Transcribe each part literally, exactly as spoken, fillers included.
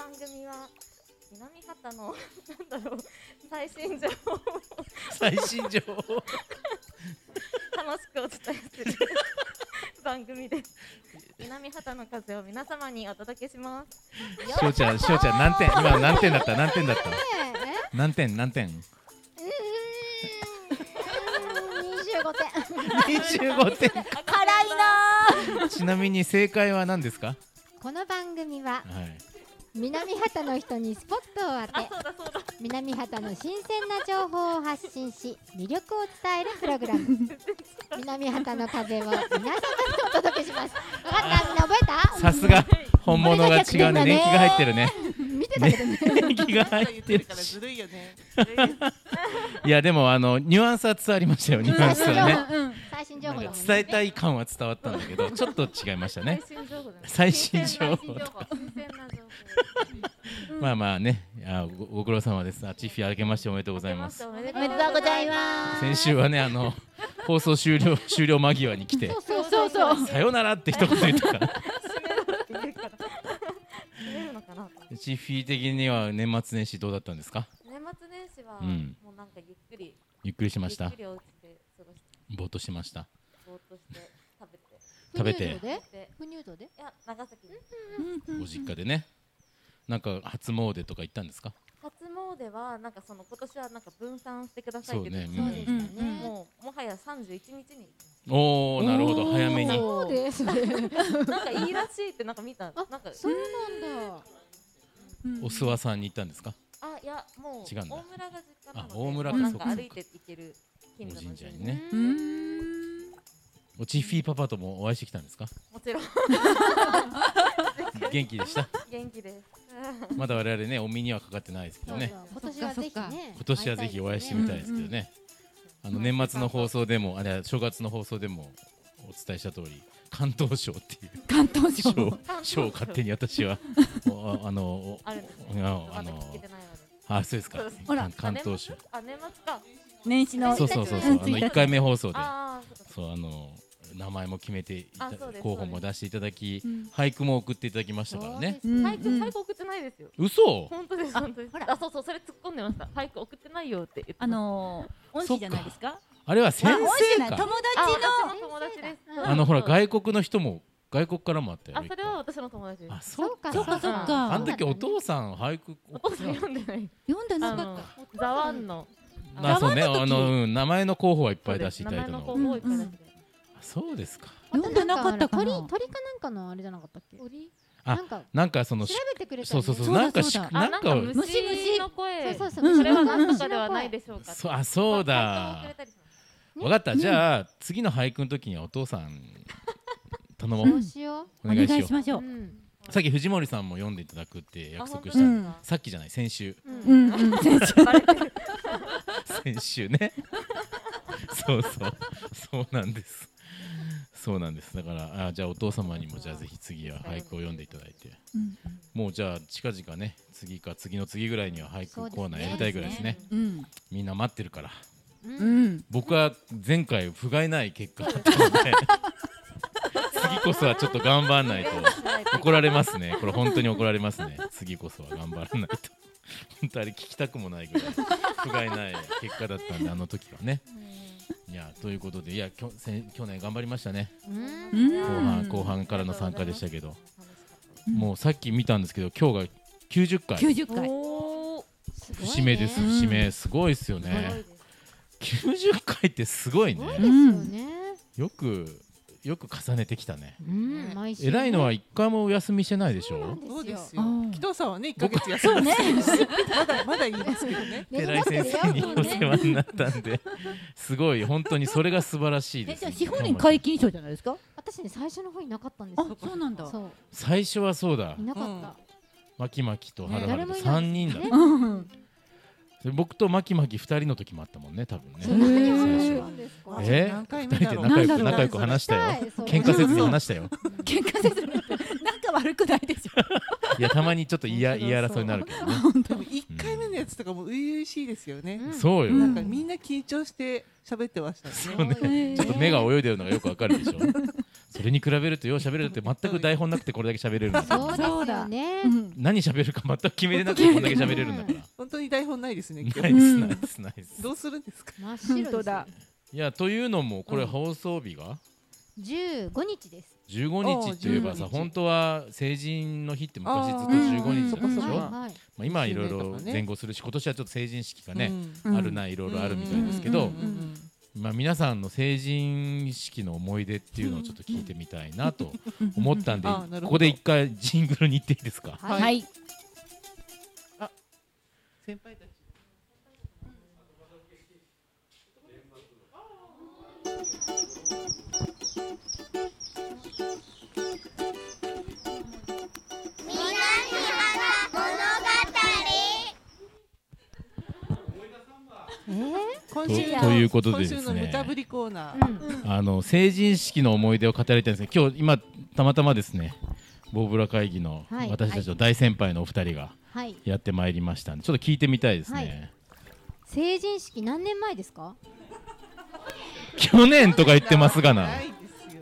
番組は南畑のなんだろう最新情報を最新情報楽しくお伝えする番組です。南畑の風を皆様にお届けします。 しょうちゃん、しょうちゃん何点、今何点だった何点だった何点何点にじゅうごてんにじゅうごてん辛いな。 ちなみに正解は何ですか？ この番組は、 はい、 南畑の人にスポットを当て、 そうだそうだ南畑の新鮮な情報を発信し魅力を伝えるプログラム南畑の風を皆様にお届けします。分かった？みんな覚えた？ さすが本物が違うね。年季が入ってるね。 見てたけどね。 年季が入ってるからずるいよね。 いやでもあのニュアンスは伝わりましたよ。ニュアンスはね、 最新情報だもんね。 伝えたい感は伝わったんだけどちょっと違いましたね。 最新情報だね。 最新情報新鮮な情報新鮮な情報まあまあね、あ ご, ご苦労様です。あチッフィー明けましておめでとうございます。 おめでおめでとうございます。 先週はねあの放送終了終了間際に来てそうそうそうそう。 さよならって一言言ったから締めるのかな。 チッフィー的には年末年始どうだったんですか？ 年末年始は、 うんもうなんかゆっくりゆっくりしました。 ゆっくりお家で過ごしてぼーっとしました。 ぼーっとして食べて食べてフニュードででフニュードでいや長崎でご実家でね、なんか初詣とか行ったんですか？ 初詣はなんかその今年はなんか分散してくださいって言ってそうねそうでしたね。 もうもはやさんじゅういちにちにおーなるほど早めに。 そうですね。 なんかいいらしいってなんか見た。なんかそうなんだ。 お諏訪さんに行ったんですか？ あいやもう違うんだ大村が実家なのであ大村かもうなんそうかか歩いて行ける近所のお神社にね。 ううーん。 おチッフィーパパともお会いしてきたんですか？ もちろん元気でした？ 元気です。 まだ我々ねお身にはかかってないですけどね。 今年はぜひね。 今年はぜひお会いしてみたいですけどね。あの年末の放送でもあれ正月の放送でもお伝えした通り関東賞っていう関東省。 賞賞を勝手に私はおああのあるんですね。 あまだの聞けてないので。 あそうですかそうです。 ほら関東賞。 あ年末か。 年始の。 そうそうそうそうあのいっかいめ放送でああそうかそうあの名前も決めていたあそうです候補も出していただきうん俳句も送っていただきましたからね。 うん俳句俳句送ってないですよ。 嘘？ 本当です本当です。 ほらあそうそうそれ突っ込んでました。俳句送ってないよって言って。 あのー、恩師じゃないですか。 あれは先あ恩師じゃない友生か。 あ達の。 私の友達です。 うんあのほらそう外国の人も外国からもあったよ。 あそれは私の友達です。 あそうか。 そっかそっかあの時お父さん俳句お父さん読んでない。 読んでなあのかった。 ザワンのあそうねザワの時あのうん名前の候補はいっぱい出していただいた名前のの。 候補をいっぱい出して。 あそうですか。 読んでなかったかな。 鳥鳥かなんかのあれじゃなかったっけ？ 鳥？ あなんかなんかその調べてくれたよね。 そうそうそうそうだなんかしそうだなんか虫虫の声。 そうそうそう。 それは何とかではないでしょうか。 そうあそうだ。わかったじゃあ次の俳句の時にはお父さん頼もそうう。 しよお願いしよお願いしましょう。 う。 ん。 さっき藤森さんも読んでいただくって約束したうんんさっきじゃない先週ううん。 んうん。先生。 バレてる。 先週ねそうそうそうなんですそうなんですだからあじゃあお父様にもじゃあぜひ次は俳句を読んでいただいてうんもうじゃあ近々ね次か次の次ぐらいには俳句コーナーやりたいぐらいですねうんみんな待ってるからうん。 僕は前回不甲斐ない結果だったので次こそはちょっと頑張らないと怒られますねこれ本当に怒られますね次こそは頑張らないと本当あれ聞きたくもないぐらい不甲斐ない結果だったんであの時はねいやということでいやきょせ去年頑張りましたねうん。 うん後半後半からの参加でしたけどうんもうさっき見たんですけど今日がきゅうじゅっかい九十回。 おーすごいね節目ですうん節目すごいですよすごいねですきゅうじゅっかいってすごいねすごいですよね。 よくよく重ねてきたねうん。毎週。 偉いのは一回もお休みしてないでしょあそうですよー。 紀藤さんはね、一ヶ月休そうね。 まだまだ言いますけどね。 寺井先生にお世話になったんですごい本当にそれが素晴らしいでえすじゃあ司法人解禁賞じゃないですか。 私ね最初の方いなかったんですあよ。 そうなんだ。 そう最初はそうだいなかった。 マキマキとハルハルと誰もいないさんにんだねうん。 で僕とマキマキふたりの時もあったもんね多分そうね何を最初話したんですか？ え何回二人で目だろう。 仲良くなんだろう仲良く話したよはいそう喧嘩せずに話したよ喧嘩せずになんか悪くないでしょ。 いやたまにちょっと言い合言い争いになるけどねでも一回目のやつとかも初々しいですよね。 うんそうようんなんかみんな緊張して喋ってましたね。 そうねちょっと目が泳いでるのがよくわかるでしょそれに比べるとよう喋れるって全く台本なくてこれだけ喋れるんだそうですよね。 うん何喋るか全く決めれなくてこんだけ喋れるんだから本当に台本ないですね。今ナイ日スナイスナイスどうするんですか。 真っ白ですよ本当だ。 いやというのもこれうん放送日がじゅうごにちです。 じゅうごにちって言えばさおーじゅうごにち本当は成人の日って昔ずっとあーじゅうごにちだったでしょうんうんまはいはい。 あ今はいろいろ新年とかね前後するし今年はちょっと成人式がねうんあるないろいろあるみたいですけどうんうんうんまあ皆さんの成人式の思い出っていうのをちょっと聞いてみたいなと思ったんであなるほどここで一回ジングルに行っていいですかはいはい。 先輩たち。 えー今週のとということでですね今週の無茶ぶりコーナー。 うん。 あの成人式の思い出を語りたいんですけど今日今たまたまですねボーブラ会議のはい私たちの大先輩のお二人がはい。 やってまいりましたんでちょっと聞いてみたいですね、 はい成人式何年前ですか？ 去年とか言ってますがなないですよ。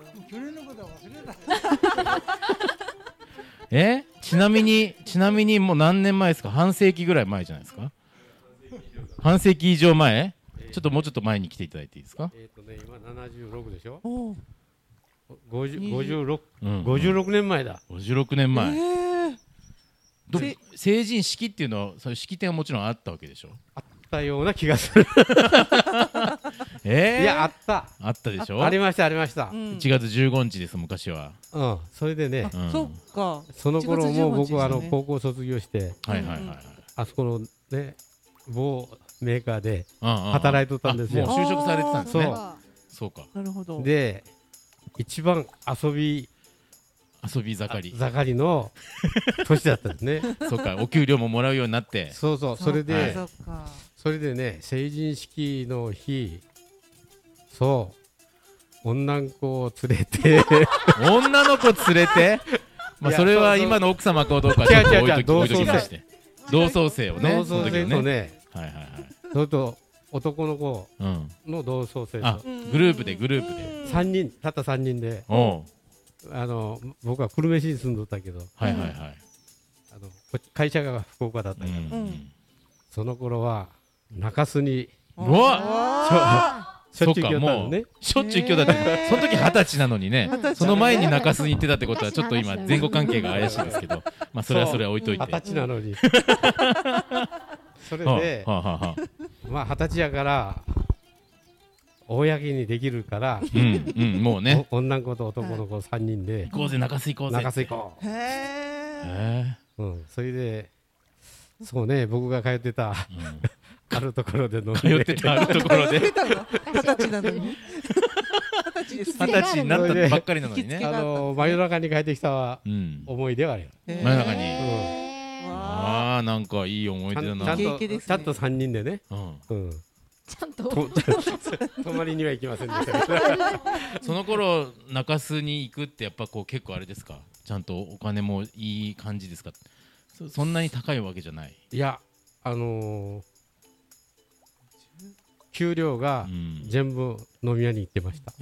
えちなみにちなみにもう何年前ですか半世紀ぐらい前じゃないですか半世紀以上前ちょっともうちょっと前に来ていただいていいですかえっ、とね、今ななじゅうろくでしょ。 おーごじゅう、 にじゅうごじゅうろく、 うんごじゅうろくねんまえだ。 ごじゅうろくねんまえ、 えーどせ成人式っていうのはそういう式典はもちろんあったわけでしょあったような気がする。 えー、 いや、あった。 あったでしょありました、ありました。 うんいちがつじゅうごにちです昔はうん、それでね、 うんそっか。 その頃いちがつじゅうもうごにち僕はあのですね高校卒業して、 はいはいはいはいあそこのね、某メーカーでうんうんうん働いとったんですよあもう就職されてたんですねそうそうかなるほど。 で、一番遊び遊び盛り盛りの年だったんですね。 そうかお給料ももらうようになってそうそう、それはでい、 そっか。 それでね、成人式の日、そう、女の子を連れて、 女の子連れてまあいやそれはそうそう今の奥様かどうかはちょっと置いとき違う違う違う置いときまして同窓生をね同窓生とね、 はいはいはいそれと男の子うんの同窓生あとグループでグループでさんにん、たったさんにんで、 おうあの僕は久留米市に住んどったけど、 はいはいはいあのこっち会社が福岡だったうから、 んその頃は中洲にうわわしょっちゅう来よったのね。 しょっちゅう今日だってその時二十歳なのにね二十歳その前に中洲に行ってたってことはちょっと今前後関係が怪しいですけどまあそれはそれは置いといて二十歳なのに。それはであ、はあはあはあまあ二十歳やから、公にできるから、 うんうんもうねお女の子と男の子さんにんで行こうぜ中洲行こうぜ中洲行こー。へえ。 へう。うん、それで、そうね、僕が通ってたえあるところで飲んで、 通ってたあるところで出たの。二十歳なのに。二十歳です二ね。 十歳になったばっかりなのにね行きつけあの真夜中に帰ってきたうん思い出はあるよ。 へー真夜中にえーわああなんかいい思いちゃ出だなんちゃんと、 イケイケですねちゃんとさんにんでね、 うんうん、 ちゃんとと泊まりには行きませんでしたけど、 その頃中洲に行くってやっぱこう結構あれですかちゃんとお金もいい感じですかそそんなに高いわけじゃないいや、あのー給料がうん全部飲み屋に行ってました。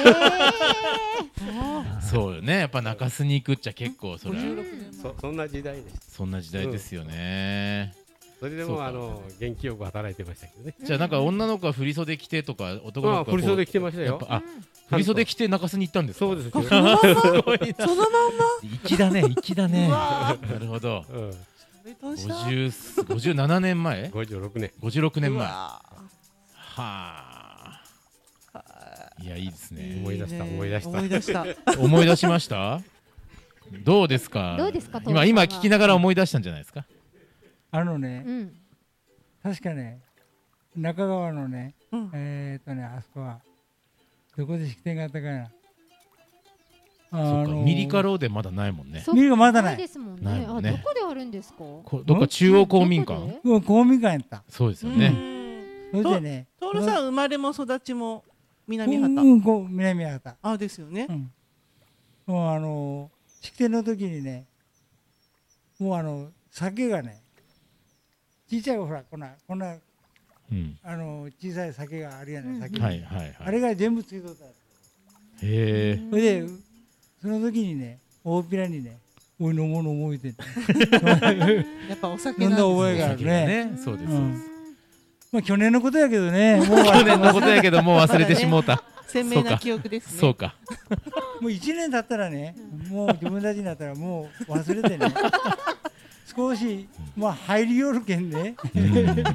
そうよねやっぱ中洲に行くっちゃ結構それ五十は六年前。 そそんな時代です。 そんな時代ですよねそれでそうかもあの元気よく働いてましたけどね。 じゃあなんか女の子は振り袖着てとか男の子はこうああ振り袖着てましたよやっぱあ振り袖着て中洲に行ったんですかそうですよ。 そのまんますごいなそのまんま。 粋だね粋だねうわなるほどうん、 レトンした。 ごじゅう、ごじゅうななねんまえごじゅうろくねん。 ごじゅうろくねんまえはわあいやいいですね思い出したいいね思い出した思い出した。 思い出しましたどうですかどうですか今徹さんは今聞きながら思い出したんじゃないですかあのね、 うん確かね、中川のね、 うんえーっとね、あそこは、どこで式典があったかな。あそっかのミリカローでまだないもんねそっミリがまだない。 ないですもんねないもんねあどこであるんですかこどっか中央公民館どこでうん、公民館やった。 そうですようねんそれでね、 トールさん生まれも育ちも南うん、う畑。 ん、こう南畑。 あですよねう。ん。もうあの、式典の時にね、もうあの、酒がね、小さいほら、こんな、こんな、 うんあの、小さい酒があるやない、 うん酒。 はいはいはいあれが全部ついとった。 へえそれで、 その時にね大っぴらにねおい飲もう飲もう言ってやっぱお酒飲んだなんですね。 覚えがあるね。 ねそうです、 うそうんです。 まあ去年のことやけどねもう去年のことやけどもう忘れてしもうた。 鮮明な記憶ですね。 そうか。 もういちねん経ったらねもう自分たちになったらもう忘れてね少しまあ入りよるけんねうん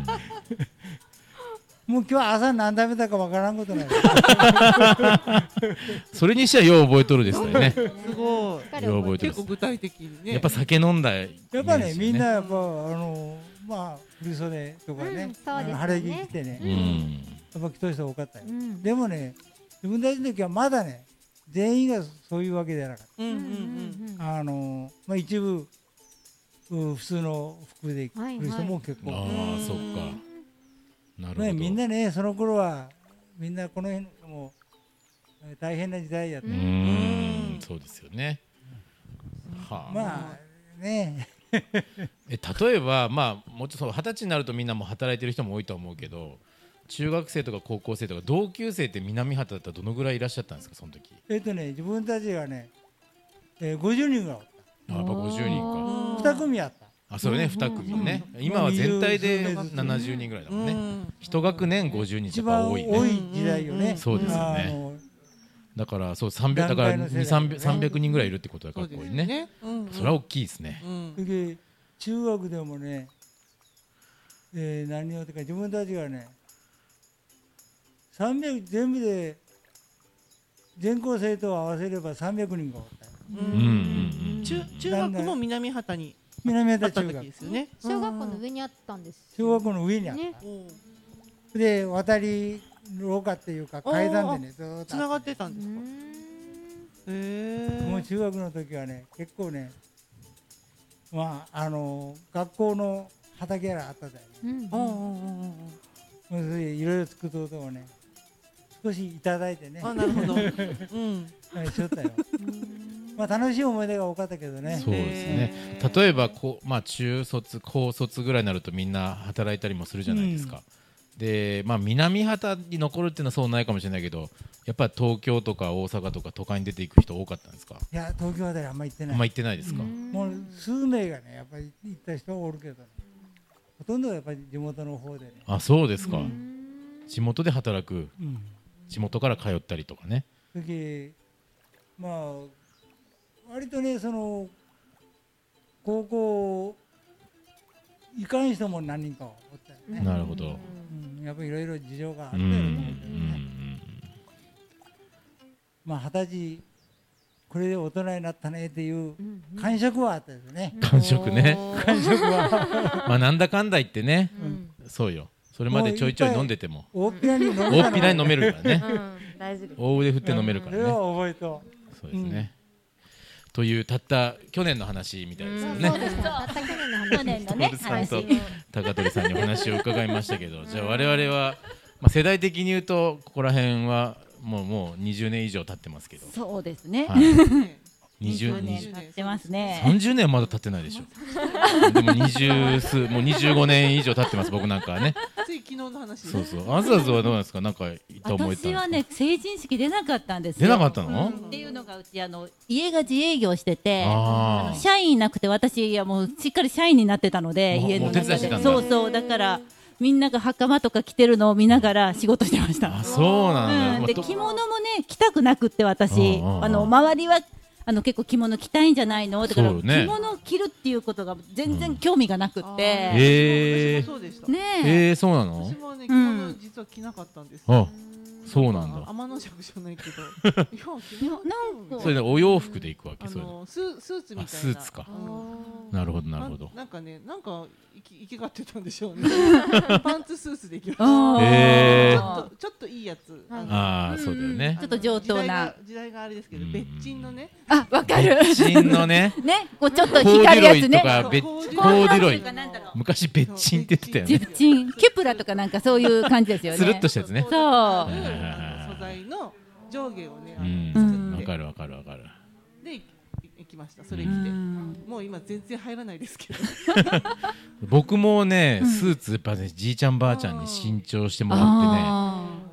もう今日朝何食べたかわからんことないそれにしてはよう覚えとるですね。 すごい。 しっかりよう覚え覚えててる結構具体的にね。 やっぱ酒飲んだイメージ。 やっぱねみんなやっぱあのまあ振り袖とかね、 うんそうですよねあの晴れ着着てね、 うん。 やっぱ着とる人多かったよ、 うんでもね自分たちの時はまだね全員がそういうわけじゃなかっうんうんうん。 うんた、あのまあ一部う普通の服で来る人も結構、 ああそっか。なるほど。 ね、みんなねその頃はみんなこの辺もう大変な時代やった、 うーんそうですよね。はあ。 まあねえ例えばまあもうちょっと二十歳になるとみんなもう働いてる人も多いと思うけど、中学生とか高校生とか同級生って南畑だったらどのぐらいいらっしゃったんですかその時。 えっとね自分たちがね、えー、ごじゅうにんがおっあやっぱごじゅうにんか。 たに組あったあそれね二組ね。今は全体でななじゅうにんぐらいだもんね。 うん一学年ごじゅうにんって一やっぱ番多多いね。 い時代よね、 そうですよね。 あのだからそうさんびゃくだから団塊の世代にさんびゃくさんびゃくにんぐらいいるってことだかそうですらこういうね。 ね。うんうんそれは大きいですね。 うんそれで中学でもね、えー、何をとか自分たちがねさんびゃく全部で全校生徒を合わせればさんびゃくにんがおったよううんうんうん。 中中学も南畑に南あった時畑中学ですよね。 小学校の上にあったんです小学校の上にあった、 ねうんで渡り廊下っていうか階段でねずーっとつながってたんうですか。 んへえ。 もう中学の時はね結構ねまああの学校の畑やらあったじゃないうんうんうんうんうんうん。 もうそれでいろいろ作っとうともね少しいただいてねあなるほど。うん。 はいしよったよまあ楽しい思い出が多かったけどねそうですね。例えばこうまあ中卒高卒ぐらいになるとみんな働いたりもするじゃないですか。でまあ南畑に残るっていうのはそうないかもしれないけど、やっぱり東京とか大阪とか都会に出ていく人多かったんですか。 いや東京あたりあんま行ってない、 あんま行ってないですか。 もう数名がねやっぱり行った人はおるけどねほとんどはやっぱり地元の方でね、 あそうですか。 うん地元で働く、 うん、 地元から通ったりとかね。 それでまあ割とねその高校行かん人も何人かおったよね、 なるほど。 うん、やっぱりいろいろ事情があったうんうんうよと思うけどね、 んまあ二十歳これで大人になったねっていううん感触はあったですね、 感触ね。 感触はまあなんだかんだ言ってね、 うんそうよ。それまでちょいちょい飲んでても大っぴらに飲んだの大っぴらに飲めるからね。 うん大事です。 大腕振って飲めるからね。 それは覚えとそうですね。というたった去年の話みたいですよねそう。ですたった去年の話去年のね徹さんと話高取さんにお話を伺いましたけど、じゃあ我々は、まあ、世代的に言うとここら辺はもうもうにじゅうねん以上経ってますけど、 そうですね。 はい、 ねにじゅう 20年経ってますね。 さんじゅうねんはまだ経ってないでしょ。でもにじゅう数もうにじゅうごねん以上経ってます僕なんかはね。 つい昨日の話ね。 そうそう。あずあずはどうなんですか。なんかいた思いたんですか。 私はね成人式出なかったんですよ。 出なかったの？ っていうのがうちあの家が自営業してて、 あー社員いなくて私はもうしっかり社員になってたのでもう家のもう手伝い中でしてたんだそうそうだからみんなが袴とか着てるのを見ながら仕事してました。 あそうなんだ。 うん、 まあとで着物もね着たくなくって私うんうんうんあの周りはあの結構着物着たいんじゃないのだから、 そうね着物を着るっていうことが全然興味がなくって、 へー私もそうでした。 ねええー、そうなの私？もね着うん物実は着なかったんです。 あ、そうなんだ。 天の尺じゃないけど。いや着なかったなんかそれでお洋服で行くわけ。 あそれで。 のススーツみたいな。 あスーツかうんなるほどなるほどな。なんかねなんか生き生きがってたんでしょうね。パンツスーツで行きました。 あーへーちょっとちょっといいやつ。あのああそうだよねあ。のちょっと上等な時代が時代があれですけどうん別鎮のね。 あわかる別鎮のね。 ねこうちょっとコーデ光るィロイとやつねか別ココーデーディロイかなんだろう昔別鎮って言ってたよジね。 プチンキュプラとかなんかそういう感じですよねつるっとしたやつね。 そうあるあの素材の上下をねあうんのうん作ってわかるわかるわかる。 でい行きましたそれ着うて。 んもう今全然入らないですけど。 僕もねスーツやっぱねじいちゃんばあちゃんに新調してもらってね。 あ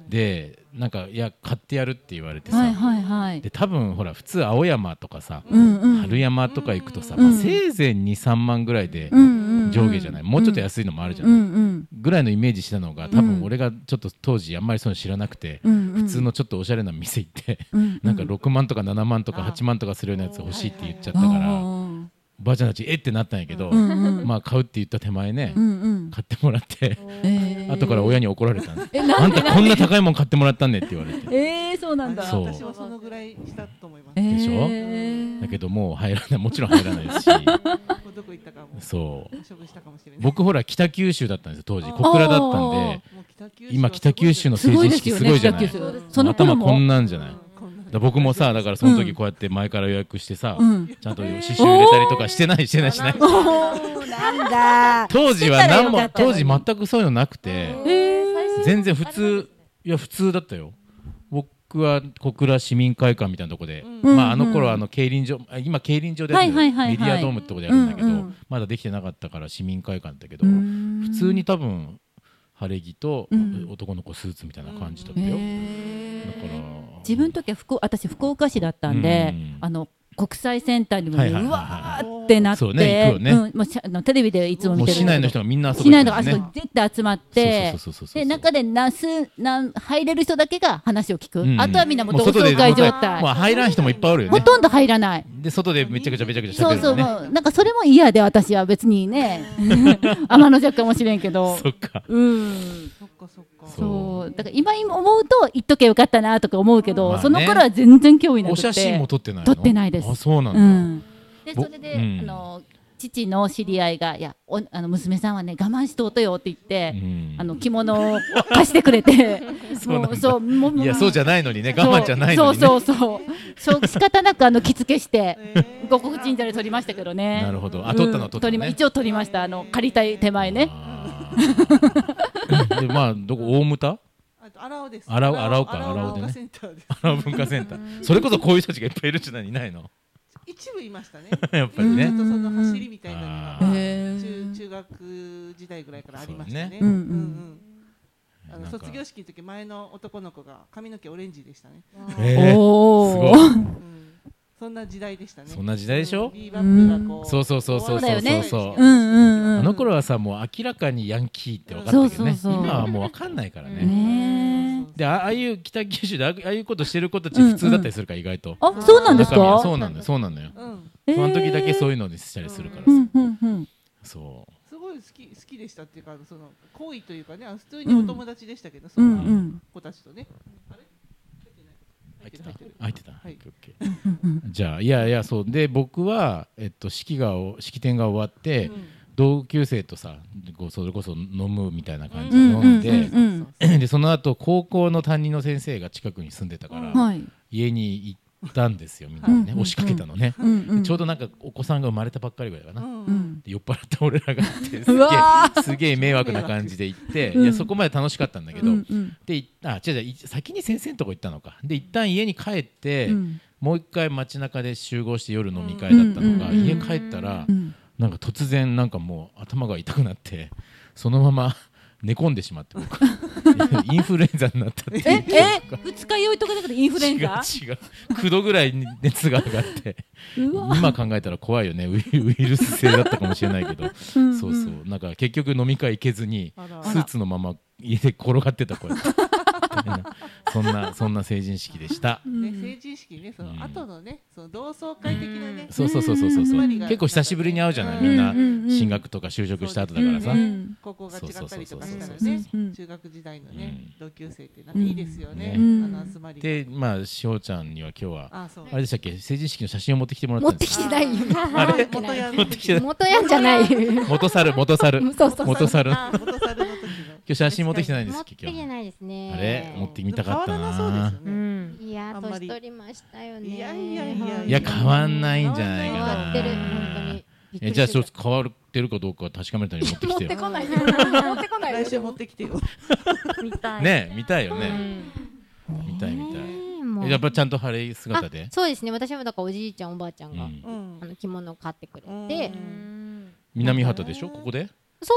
でなんかいや買ってやるって言われてさ、 はいはいはい。 で多分ほら普通青山とかさ、 うんうん。 春山とか行くとさ、 うんまあ、せいぜいにさんまんぐらいでうんうんうん。 上下じゃない、もうちょっと安いのもあるじゃない、 うんうんぐらいのイメージしたのが多分俺がちょっと当時あんまりそういうの知らなくて、 うんうん。 普通のちょっとおしゃれな店行って、 うんうんなんかろくまんとかななまんとかはちまんとかするようなやつ欲しいって言っちゃったかあら、 ーおばあちゃんたちえってなったんやけど、 うんうん。 まあ買うって言った手前ね、 うんうん。 買ってもらってえー後から親に怒られたんです。 え、なあんんでたこんな高いもん買ってもらったんねって言われて。 えー、そうなんだ。 そう私はそのぐらいしたと思います。 えーでしょだけどもう入らない、もちろん入らないですしどこ行ったかも。 そう処分したかもしれない。 僕ほら北九州だったんですよ当時、小倉だったんで、 もう北九州今北九州のす成人式ごいですよね。 すごいじゃない、 北九州その頃も。 頭こんなんじゃない、だかこんなら僕もさだからその時こうやって前から予約してさ、 うん。 ちゃんと刺繍入れたりとかしてないしてないしないおー、なんだ。 当時は何もしてたらよかったの当に時全くそういうのなくて、 えー。 全然普通いや普通だったよ。僕は小倉市民会館みたいなとこで、 うんまああの頃うんあの競輪場あ今競輪場でやるのはいはいはいはいメディアドームってとこでやるんだけど、 うんうんまだできてなかったから市民会館だけど、 普普通に多分晴れ着とうん男の子スーツみたいな感じだったへよ、 ーだから自分の時は福私福岡市だったんで、 うんあの国際センターにもね、 はいはいはいはいうわーってなって、 そうね行くよねうん、もうしあのテレビでいつも見もうてる市内の人がみんなあそこ市内のあそ行くんこに絶対集まってそうそうそうそうそうで中でなすなん入れる人だけが話を聞く、 うんあとはみんなもう同もう外で窓会状態、 まあ入らん人もいっぱいおるよねほとんど入らない。 で外でめちゃくちゃめちゃくちゃそうそう、 喋るよねもうなんかそれも嫌で私は別にね天の弱かもしれんけどそっかうんそっかそっか。 そうだから今思うと言っとけばよかったなとか思うけど、 まあねその頃は全然興味なくてお写真も撮ってないの撮ってないですあそうなんだ、 うん、でぼそれで、 うんあの父の知り合いが「いやおあの娘さんはね我慢しとうとよ」って言って、 うんあの着物を貸してくれてそうなんだもうそうもういやそうじゃないのにね我慢じゃないのにねそうそうそうそう仕方なくあの着付けしてえー五国神社で撮りましたけどね。 なるほどあうん撮ったのは撮ったのね、 撮りま一応撮りましたあの借りたい手前ね。 あーでまあどこ大牟田あと荒尾です。 荒尾荒尾か荒荒尾でね文化センターです。 荒尾文化センターそれこそこういう人たちがいっぱいいるんじゃないいないの一部いましたね。 やっぱりねちょっとその走りみたいなのがあーへー中中学時代ぐらいからありましたね。 そうねうんうんうんあのなんか卒業式の時前の男の子が髪の毛オレンジでしたね。 えーおすごいーうんそんな時代でしたね。 そんな時代でしょうんビーバップがこう。 そうそうそうそうそうそうだよねそうそううんうんうんあの頃はさもう明らかにヤンキーって分かったけどねそうそうそう今はもう分かんないからねねであああいう北九州であああいうことしてる子たち普通だったりするから意外とあそうなんです中身はか。 そうなんだよそうなんだようん。 その時だけそういうのにしたりするからさうんうんうんそうすごい好き好きでしたっていうかその行為というかねあの普通にお友達でしたけど、そうんのうん子たちとね。あれ入ってた入ってる入ってたはいオッケーオッケーじゃあいやいやそうで僕はえっと式がお式典が終わって同級生とさこうそれこそ飲むみたいな感じで飲んで、 うんうんでその後高校の担任の先生が近くに住んでたから、 はい。 家に行ったんですよみんなね、 うん押しかけたのね、 うんうんちょうどなんかお子さんが生まれたばっかりぐらいかな、 うんううんんで酔っ払った俺らがあってすうげわえすげえ迷惑な感じで行って、 うんいやそこまで楽しかったんだけど、 うんうんでいあ違う違うい先に先生のとこ行ったのかで一旦家に帰って、 うんもう一回街中で集合して夜飲み会だったのが、 うんうん家帰ったら、 うんなんか突然なんかもう頭が痛くなってそのまま寝込んでしまって僕インフルエンザになったっていうええ二日酔いとかだけどインフルエンザ。 違う違うきゅうどぐらいに熱が上がってうわ。 今考えたら怖いよねウイウイルス性だったかもしれないけどうんうんそうそうなんか結局飲み会行けずにあらスーツのまま家で転がってたこうやってみたいなそんなそんな成人式でしたね、成人式ね、その後のね、その同窓会的なね、 そうそうそうそうそう集まりが結構久しぶりに会うじゃないうんみんなうんうん進学とか就職した後だからさうんうん高校が違ったりとかしたらそうそうそうねそううん、 中学時代のねうん、 同級生ってなんかいいですよね、 うんあの集まりが。 でまあしおちゃんには今日はあ、そう。 あれでしたっけ成人式の写真を持ってきてもらっ持ったんですてきてないよ。 あれ元ヤン持ってきてない元ヤンじゃない。 元猿元猿そうそう元猿あ元猿の時の。 今日写真持ってきてないんです持っっけ今日てきてないですね。 あれ持ってみたかった変わらなそうですなよね。 うんいやあんまり年取りましたよね。 いやいやいやいや変わんないんじゃないか変なわってる本当に。 えじゃあちょっと変わってるかどうか確かめるために持ってきてよこないよ。持ってこないよ。 来週持ってきてよ。 見たい。 ね見たいよねうん見たい見たいねえもうえやっぱちゃんと晴れ姿であそうですね。私もだからおじいちゃんおばあちゃんが、 うんうんあの着物を買ってくれうんて、 うん南畑でしょここでそう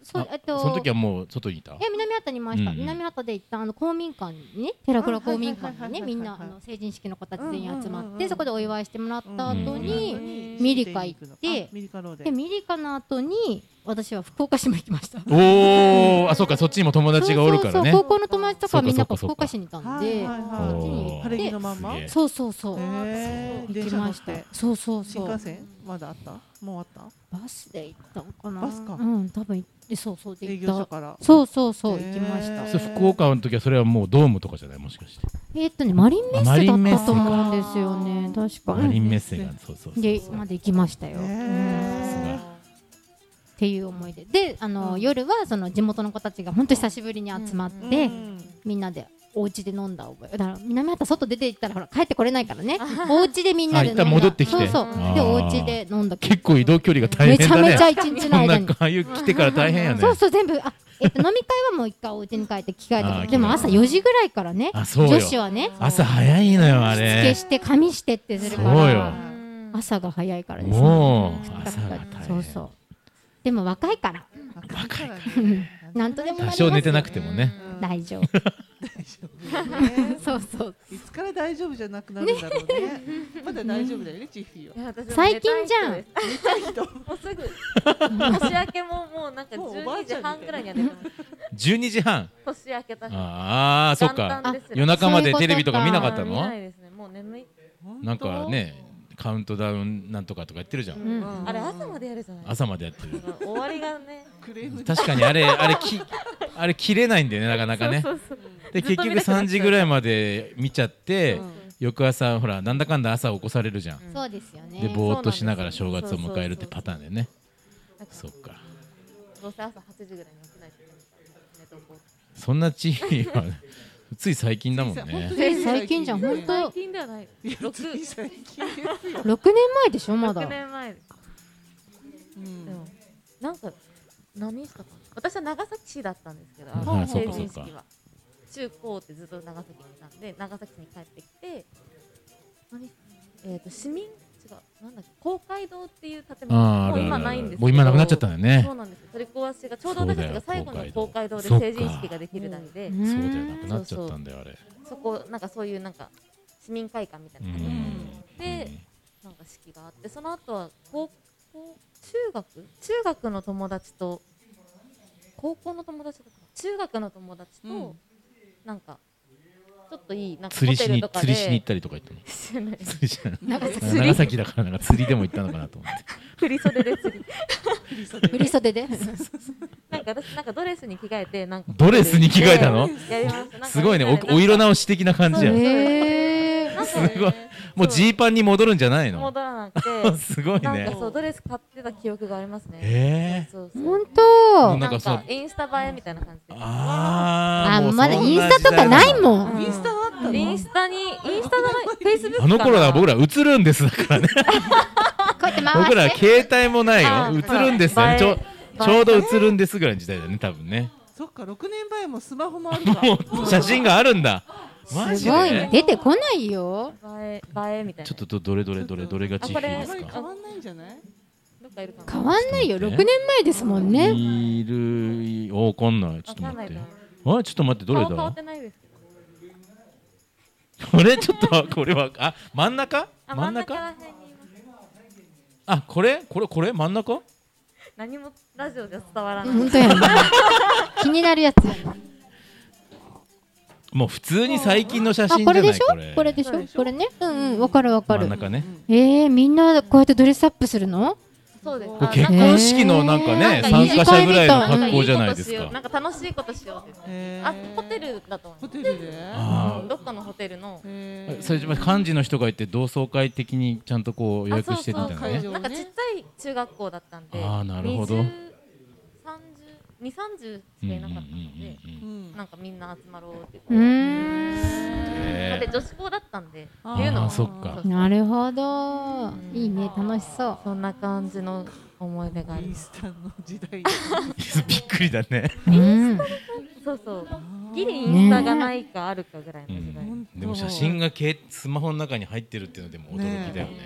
そうえっとその時はもう外にいたいや南畑にいました、 うんうん南畑で一旦あの公民館にね寺倉公民館にねはいはいはいはいはいみんなあの成人式の子たち全員集まって、 うんうんうんうんそこでお祝いしてもらった後うんに、ミリカ行ってあミリカローででミリカの後に私は福岡市も行きました。 おお、あ、そうか、そっちにも友達がおるからね。 そうそうそう高校の友達とかはみんなそうかそうか福岡市にいたんで、 はいはいおはいー晴れ着のまんますげえそうそうそう、 へー行電車乗っきましたて。 そうそうそう。 新幹線まだあったもうあったバスで行ったのかな。 バスかうん、多分行ってそうそうで営行った。 業所からそうそうそうへー行きました。 それ福岡の時はそれはもうドームとかじゃないもしかして。 えーっとねマリンメッあマリンメッセセだったと思うんですよね。確か。 マリンメッセが、そうそうそう。 でまで行きましたよ。 へうんーっていう思い出で、あの、 うん夜はその地元の子たちが本当久しぶりに集まって、 うんみんなでお家で飲んだ覚えだから南畑外出て行ったらほら帰ってこれないからねお家でみんなで飲んだあ一旦戻ってきてそうそうあーでお家で飲んだ結構移動距離が大めちゃ変だね。 めちゃ一日の間になんかああいう来てから大変やね。 そうそう全部あ、えっと、飲み会はもう一回お家に帰って着替えたあーけどでも朝よじぐらいからねあ、そうよ女。子はね朝早いのよ、あ着付けれ。 して髪してってするかそうよら朝が早いからですねもうだから朝が大変そうそうでも若いから若いからうんねなんとでもなり多ます少寝てなくてもね。 うん大丈夫大丈夫ねそうそういつから大丈夫じゃなくなるんだろうねまだ大丈夫だよねチッフィーは最近じゃん寝たい人もうすぐ年明けももうなんかもうお 12 ばあちゃんみたいな時半ぐらいには寝てますじゅうにじはん。 年明けた日ああ、そっ元か。 旦ですら夜中までテレビとか見なかったあー見のないですねもう眠いなんかね、カウントダウンなんとかとか言ってるじゃん。 うんあれ朝までやるじゃない朝までやってる。 終わりがねクレーム確かにあれ、あれ、き、あれ切れないんだよね、なかなかね。 そうそうで、 ずっと結局見たくなっちゃうさんじぐらいまで見ちゃってう、ん翌朝、ほら、なんだかんだ朝起こされるじゃん。 そうですよねで、ぼーっとしながら正月を迎えるってパターンでね。 なんかそっか。 どうせ朝はちじぐらいに起きないといけないから寝とこうそんな地域は、つい最近だもんね。 え最近じゃん本当最近ではないいやつい最近ですよろくねんまえでしょまだろくねんまえですうんでもなんか何したかな私は長崎市だったんですけどはいあの成そうかそうか人式は中高ってずっと長崎にいたんで長崎に帰ってきて何えっと市民違うなんだっけ公会堂っていう建物あーあもう今るあるあるないんですけどもう今なくなっちゃったんだよねそうなんですよ取り壊しがちょうど私たちが最後の公会堂でそうだよ成人式ができる代でうんそうだよ、なくなっちゃったんだよ、あれ。 そこなんかそういうなんか市民会館みたいな感じででなんか式があってその後は高校中学中学の友達と高校の友達だった中学の友達と、 うんなんかちょっといいなんか釣ホりしに釣テルとかでりしに行ったりとか言ったの。 してない釣りじゃない長崎長崎だからなんか釣りでも行ったのかなと思って。 振り袖で釣り振り袖でなんか私なんかドレスに着替えてなんかドレスに着替えたの？ やりましたなんかすごいね、 みんなでおお色直し的な感じやん。 へーなんかすごい。もうジーパンに戻るんじゃないの？ 戻らなくてすごいなんかね。 そうドレス買ってた記憶がありますねへそうそう本もう当なんかそうなんかインスタ映えみたいな感じであーもうあまだそんなインスタとかないん。 もんインスタはあったのインスタにインスタのフェイスブックあの頃は僕らら映るんですだからね。 こうやって回僕らして携帯もないよ。 あ映るんですよね。 映えちょ映えちょうど映るんですぐらいの時代だよね、多分ね。 そっかろくねんまえもスマホもあるかもう写真があるんだ。マジすごいで？ 出てこないよ映え映えみたいなちょっとどどれどれどれどれがチーフィーあこれですか？ あんまり変わんないんじゃないどっかいるかな変わんないよろくねんまえですもんねいるわかんない。ちょっと待って。あ、ちょっと待って、どれだ顔変わってないですけどこれちょっとこれはあ真ん中あ真ん中ら辺にいますあこれこれこれ真ん中何もラジオじゃ伝わらない本当やね気になるやつやねもう普通に最近の写あ真じゃないこれでしょこれこれでしょこれねうんうんわかるわかる真ん中ねえーみんなこうやってドレスアップするのそうですこれ結婚式のなんかねなんか参加者ぐらいのなんか格好じゃないですいいことしようかなんか楽しいことしようって言ってへあホテルだと思うホテルであどっかのホテルのへーそれ幹事の人がいて同窓会的にちゃんとこう予約してみたいなねそうそうなんかちっちゃい中学校だったんであーなるほどにじゅう、さんじゅう、に、さんじゅうしかいなかったのでうんうんうんうんうんなんかみんな集まろうってうーんへーだって女子校だったんであーっていうのもあーそっかなるほどいいね楽しそうそんな感じの思い出がありインますスタの時代びっくりだねうんそうそうギリインスタがないかあるかぐらいの時代、 うんでも写真がけスマホの中に入ってるっていうのでも驚きだよね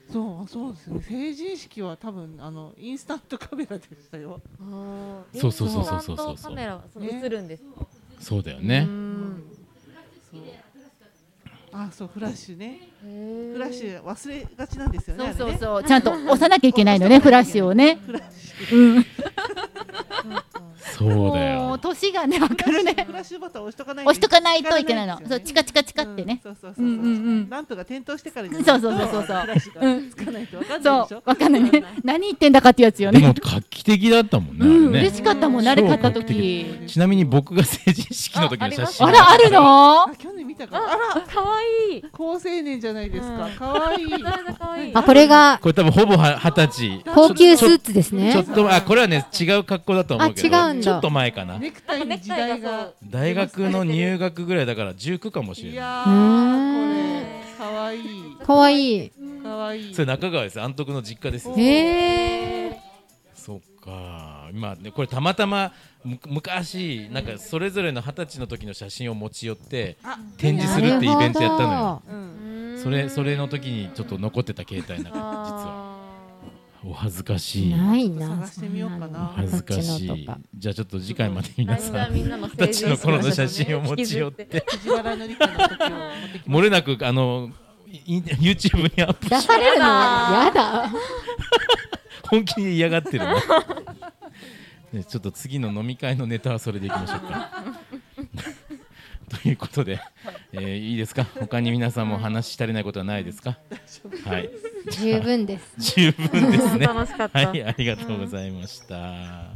そうそうですね。成人式は多分あのインスタントカメラでしたよ。 あーそうそうそうそうインスタントそうそうカメラはそのね映るんです。 そうだよねう。んそう。あ、そうフラッシュね。 へーフラッシュ忘れがちなんですよね。 そうそうあれねそう、ちゃんと押さなきゃいけないのね、フラッシュをね。 フラッシュ。 うん。 そうだもうよ。 年がね、わかるね。 フラッシュボタン押しとかない押しとかないといけないの。そう、 光らですよねチカチカチカってね。 うんそうそうそうそう。 うんうんうんランプが点灯してからじゃないとそうそうそうそうそうフラッシュがつかないとわかんないでしょ。 そう、わかんないね。何言ってんだかってやつよでもね。 画期的だったもんね。 うん、 あれね嬉しかったもん、慣れ買った超画時。 ちなみに僕が成人式の時の写真あら、あるのあ、去年見たから。あら、 かわいい。 高青年じゃないですかうん。 かわいい。 めちゃめちゃかわいい。 あ、これがこれ多分ほぼは二十歳。 高級スーツですねちょっとあこれはね違う格好だと思うけどあ違うんだちょっと前かな。 ネクタイに時代が。 大学の入学ぐらいだからじゅうきゅうかもしれない。 いやうーー、 んこれ、かわいい。 かわいい。 かわいい。 それ中川です。安徳の実家ですよ。 へえ。 そっか。今ねこれたまたまむ昔なんかそれぞれの二十歳の時の写真を持ち寄ってあ、 展示するってイベントやったのよ。 うん。 それそれの時にちょっと残ってた携帯なんか実はお恥ずかしい。 ないな。 探してみようかなお恥ずかしいこっちのとか。 じゃあちょっと次回まで皆さんみんなの二十歳の頃の写真を持ち寄って藤原紀香の時を持ってきま漏れなくあのイン YouTube にアップ出されるのやだ。 本気に嫌がってるなねちょっと次の飲み会のネタはそれでいきましょうかということで、えーいいですか他に皆さんも話し足りないことはないですかはい十分です。 十分ですね楽しかった。 はいありがとうございました、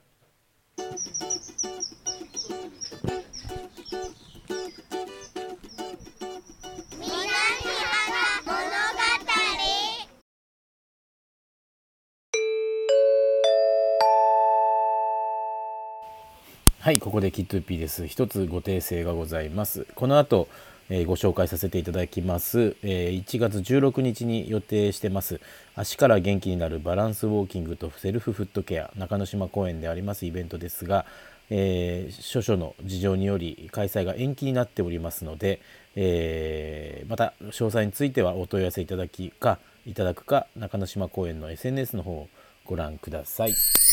はい、ここでキットゥーピーです。一つご訂正がございます。この後、えーご紹介させていただきます、えーいちがつじゅうろくにちに予定してます足から元気になるバランスウォーキングとセルフフットケア中之島公園でありますイベントですが、えー諸々の事情により開催が延期になっておりますので、えーまた詳細についてはお問い合わせいただきかいただくか中之島公園の エスエヌエス の方をご覧ください。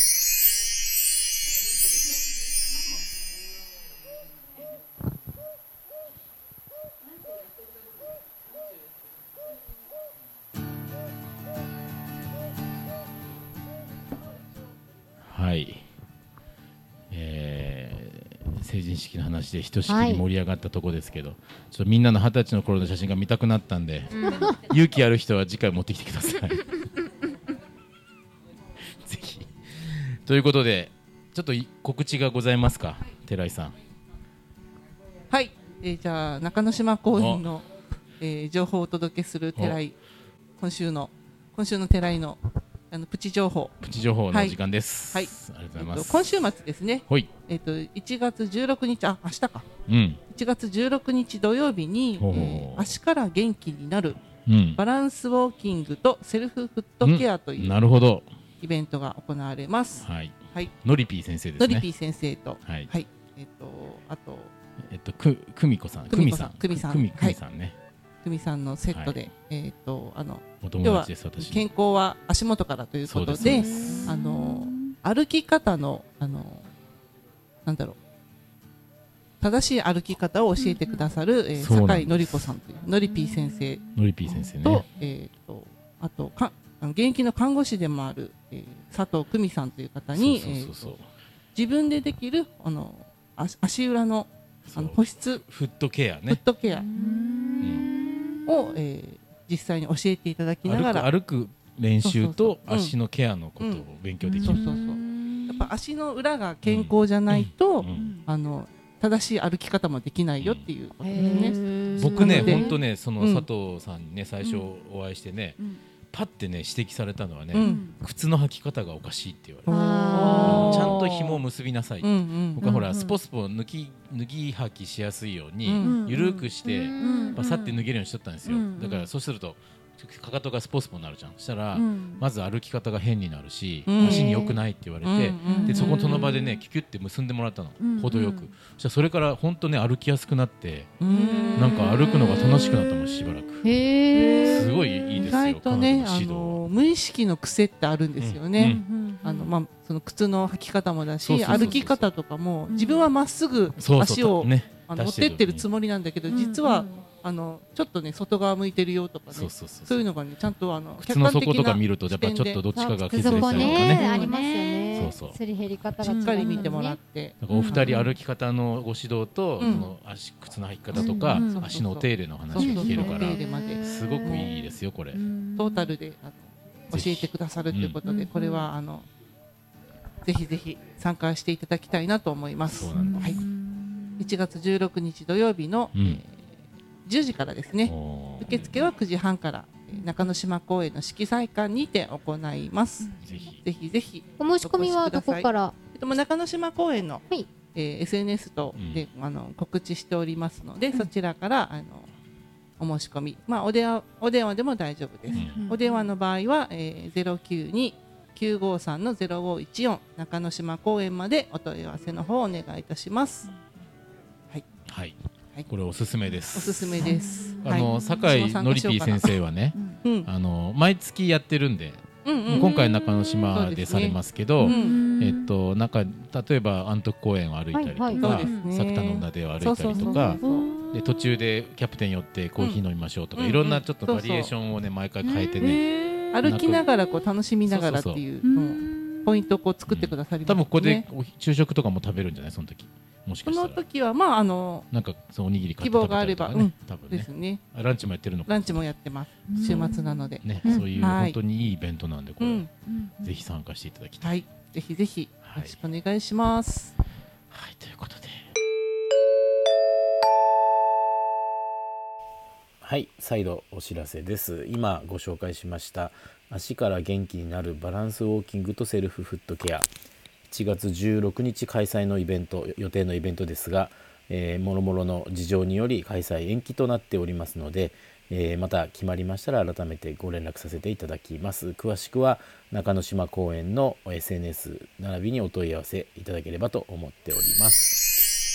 はい、えー成人式の話でひとしきり盛り上がったとこですけど、ちょっとみんなの二十歳の頃の写真が見たくなったんで、勇気ある人は次回持ってきてくださいぜひということでちょっとい告知がございますか寺井さん。 はい、えーじゃあ中之島公園の、えー情報をお届けする寺井今週の今週の寺井のあのプチ情報、 プチ情報の時間です、 はいありがとうございます、 えっと今週末ですね、 ほい、 えっといちがつじゅうろくにちあ明日かうんいちがつじゅうろくにち土曜日に、 ほうほうほうえー足から元気になるうんバランスウォーキングとセルフフットケアとうんいうなるほど、 イベントが行われます。 はい、 はい、 のりぴー先生ですね。 のりぴー先生と、 はいはい、えっとあとえっとく久美子さん、 久美子さん久美さん久美久美はいさんね、 久美さんのセットで、 はいえっとあのお友達です私の。 健康は足元からということで、 そうですそうですあの歩き方のあのなんだろう正しい歩き方を教えてくださる、えーそうなんです酒井のり子さんというのりぴー先生のりぴー先生と、 ね。 えっとあとかあの現役の看護師でもある、えー佐藤久美さんという方にそうそうそうそうえーと自分でできるあの足足裏のあのそう保湿フットケアフッね。 トケアうんを、えー実際に教えていただきながら歩く歩く練習とそうそうそううん足のケアのことを勉強できる。 そうそうそうやっぱ足の裏が健康じゃないと、 うんあの正しい歩き方もできないよっていうことですね。 僕ねなので本当ねそのうん佐藤さんにね最初お会いしてね、 うんパってね指摘されたのはね、 うん靴の履き方がおかしいって言われて、 あちゃんと紐を結びなさい。 うんうん僕はほら、 うんスポスポ抜き脱ぎ履きしやすいように、 うんゆるくして、 うんバサって脱げるようにしとったんですよ、 うんだからそうするとかかとがスポスポになるじゃん。そしたら、 うんまず歩き方が変になるし、 うん足に良くないって言われて、 うんうんでそこその場でねキュキュって結んでもらったの、 うん程よく。 うんそしたらそれから本当ね歩きやすくなって、 うんなんか歩くのが楽しくなったもんしばらく。 へえ。 すごいいいですよ。 意外とね、あ彼女の指導の無意識の癖ってあるんですよね。あのまあその靴の履き方もだし、 そうそうそうそう歩き方とかも自分はまっすぐそう足をそうねあの持っ出してるてってるつもりなんだけど、実はあのちょっとね外側向いてるよとかね、 そうそうそうそういうのがねちゃんとあの靴の底とか見るとやっぱちょっとどっちかが靴削れてた底りとかね。 ね、ありますよね。 そうそうすり減り方が違うしっかり見てもらって、 だからお二人歩き方のご指導と、 うんその足靴の履き方とか、 うん足のお手入れの話がそうそう聞けるから、 お手入れまですごくいいですよこれ。 トータルであの教えてくださるということで、 うんこれはあのぜひぜひ参加していただきたいなと思います。 そうなんですはい、いちがつじゅうろくにち土曜日の、 うんえーじゅうじからですね。 おー受付はくじはんからえー中之島公園の色彩館にて行います。 ぜひぜひぜひ、 お申し込みはどこから？ えっと、中之島公園の、 はいえー エスエヌエス とで、あの告知しておりますので、そちらからあのお申し込み、まあ、お電話お電話でも大丈夫です。 うんお電話の場合は、えー、ゼロきゅうに きゅうごさんのゼロごいちよん中之島公園までお問い合わせの方お願いいたします。 はい、 はいこれおすすめです。 おすすめです。 あの、 はい酒井のりぴー先生はね、 うんあの毎月やってるんで、 うんうん今回中之島でされますけど、 うんえっとなんか例えば安徳公園を歩いたりとか、 はいそうですね作田の名でを歩いたりそうそうとかそうそうで途中でキャプテン寄ってコーヒー飲みましょうとか、 うんいろんなちょっとうんバリエーションをね毎回変えてね、 歩きながらこう楽しみながらっていうのをポイントをこう作ってくださりますね。 多分ここでお昼食とかも食べるんじゃないその時、もしかこのしたら時はまああのなんかそのおにぎり買って食べたりとか希望があればね、多分ねですね。 あランチもやってるのかランチもやってます。週末なので。 ね、 うんそういうはい本当にいいイベントなんでこれ、 うん。 ぜひ参加していただきたい。 はい。ぜひぜひよはいろしくお願いします。 はい、ということで。 はい再度お知らせです。今ご紹介しました足から元気になるバランスウォーキングとセルフフットケア、いちがつじゅうろくにち開催のイベント予定のイベントですが、えー、もろもろの事情により開催延期となっておりますので、えーまた決まりましたら改めてご連絡させていただきます。詳しくは中之島公園の エスエヌエス 並びにお問い合わせいただければと思っております。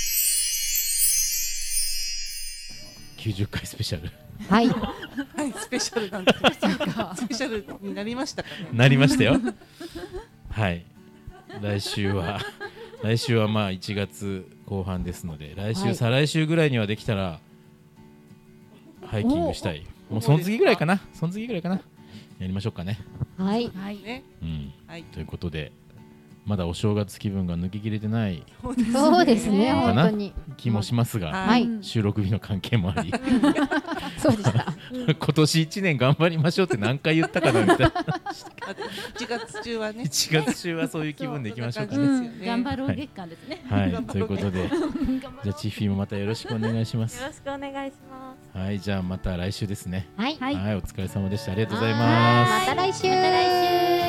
きゅうじゅっかいスペシャルはい。 はい、スペシャルなんで。スペシャルになりましたかね。 なりましたよ。はい。来週は来週はまあいちがつこう半ですので、来週、 はい再来週ぐらいにはできたらハイキングしたい。もうその次ぐらいかな。その次ぐらいかな。やりましょうかね。 はい。 はい。 ね。 うん。 はい。 ということで、まだお正月気分が抜けきれてないそうですね、 のかな本当に。 気もしますが、 はい。 収録日の関係もあり、 そうでした。 今年いちねん頑張りましょうって何回言ったかなみたいな。 あといちがつ中はね。 いちがつ中はそういう気分でいきましょうかね。 そうですよね頑張ろう月間ですね。 はい、ということで、じゃあチッフィーもまたよろしくお願いしますよ。ろしくお願いします。 はい、じゃあまた来週ですね。 はい。 はい、お疲れ様でした。ありがとうございはます。 いまた来週。 また来週。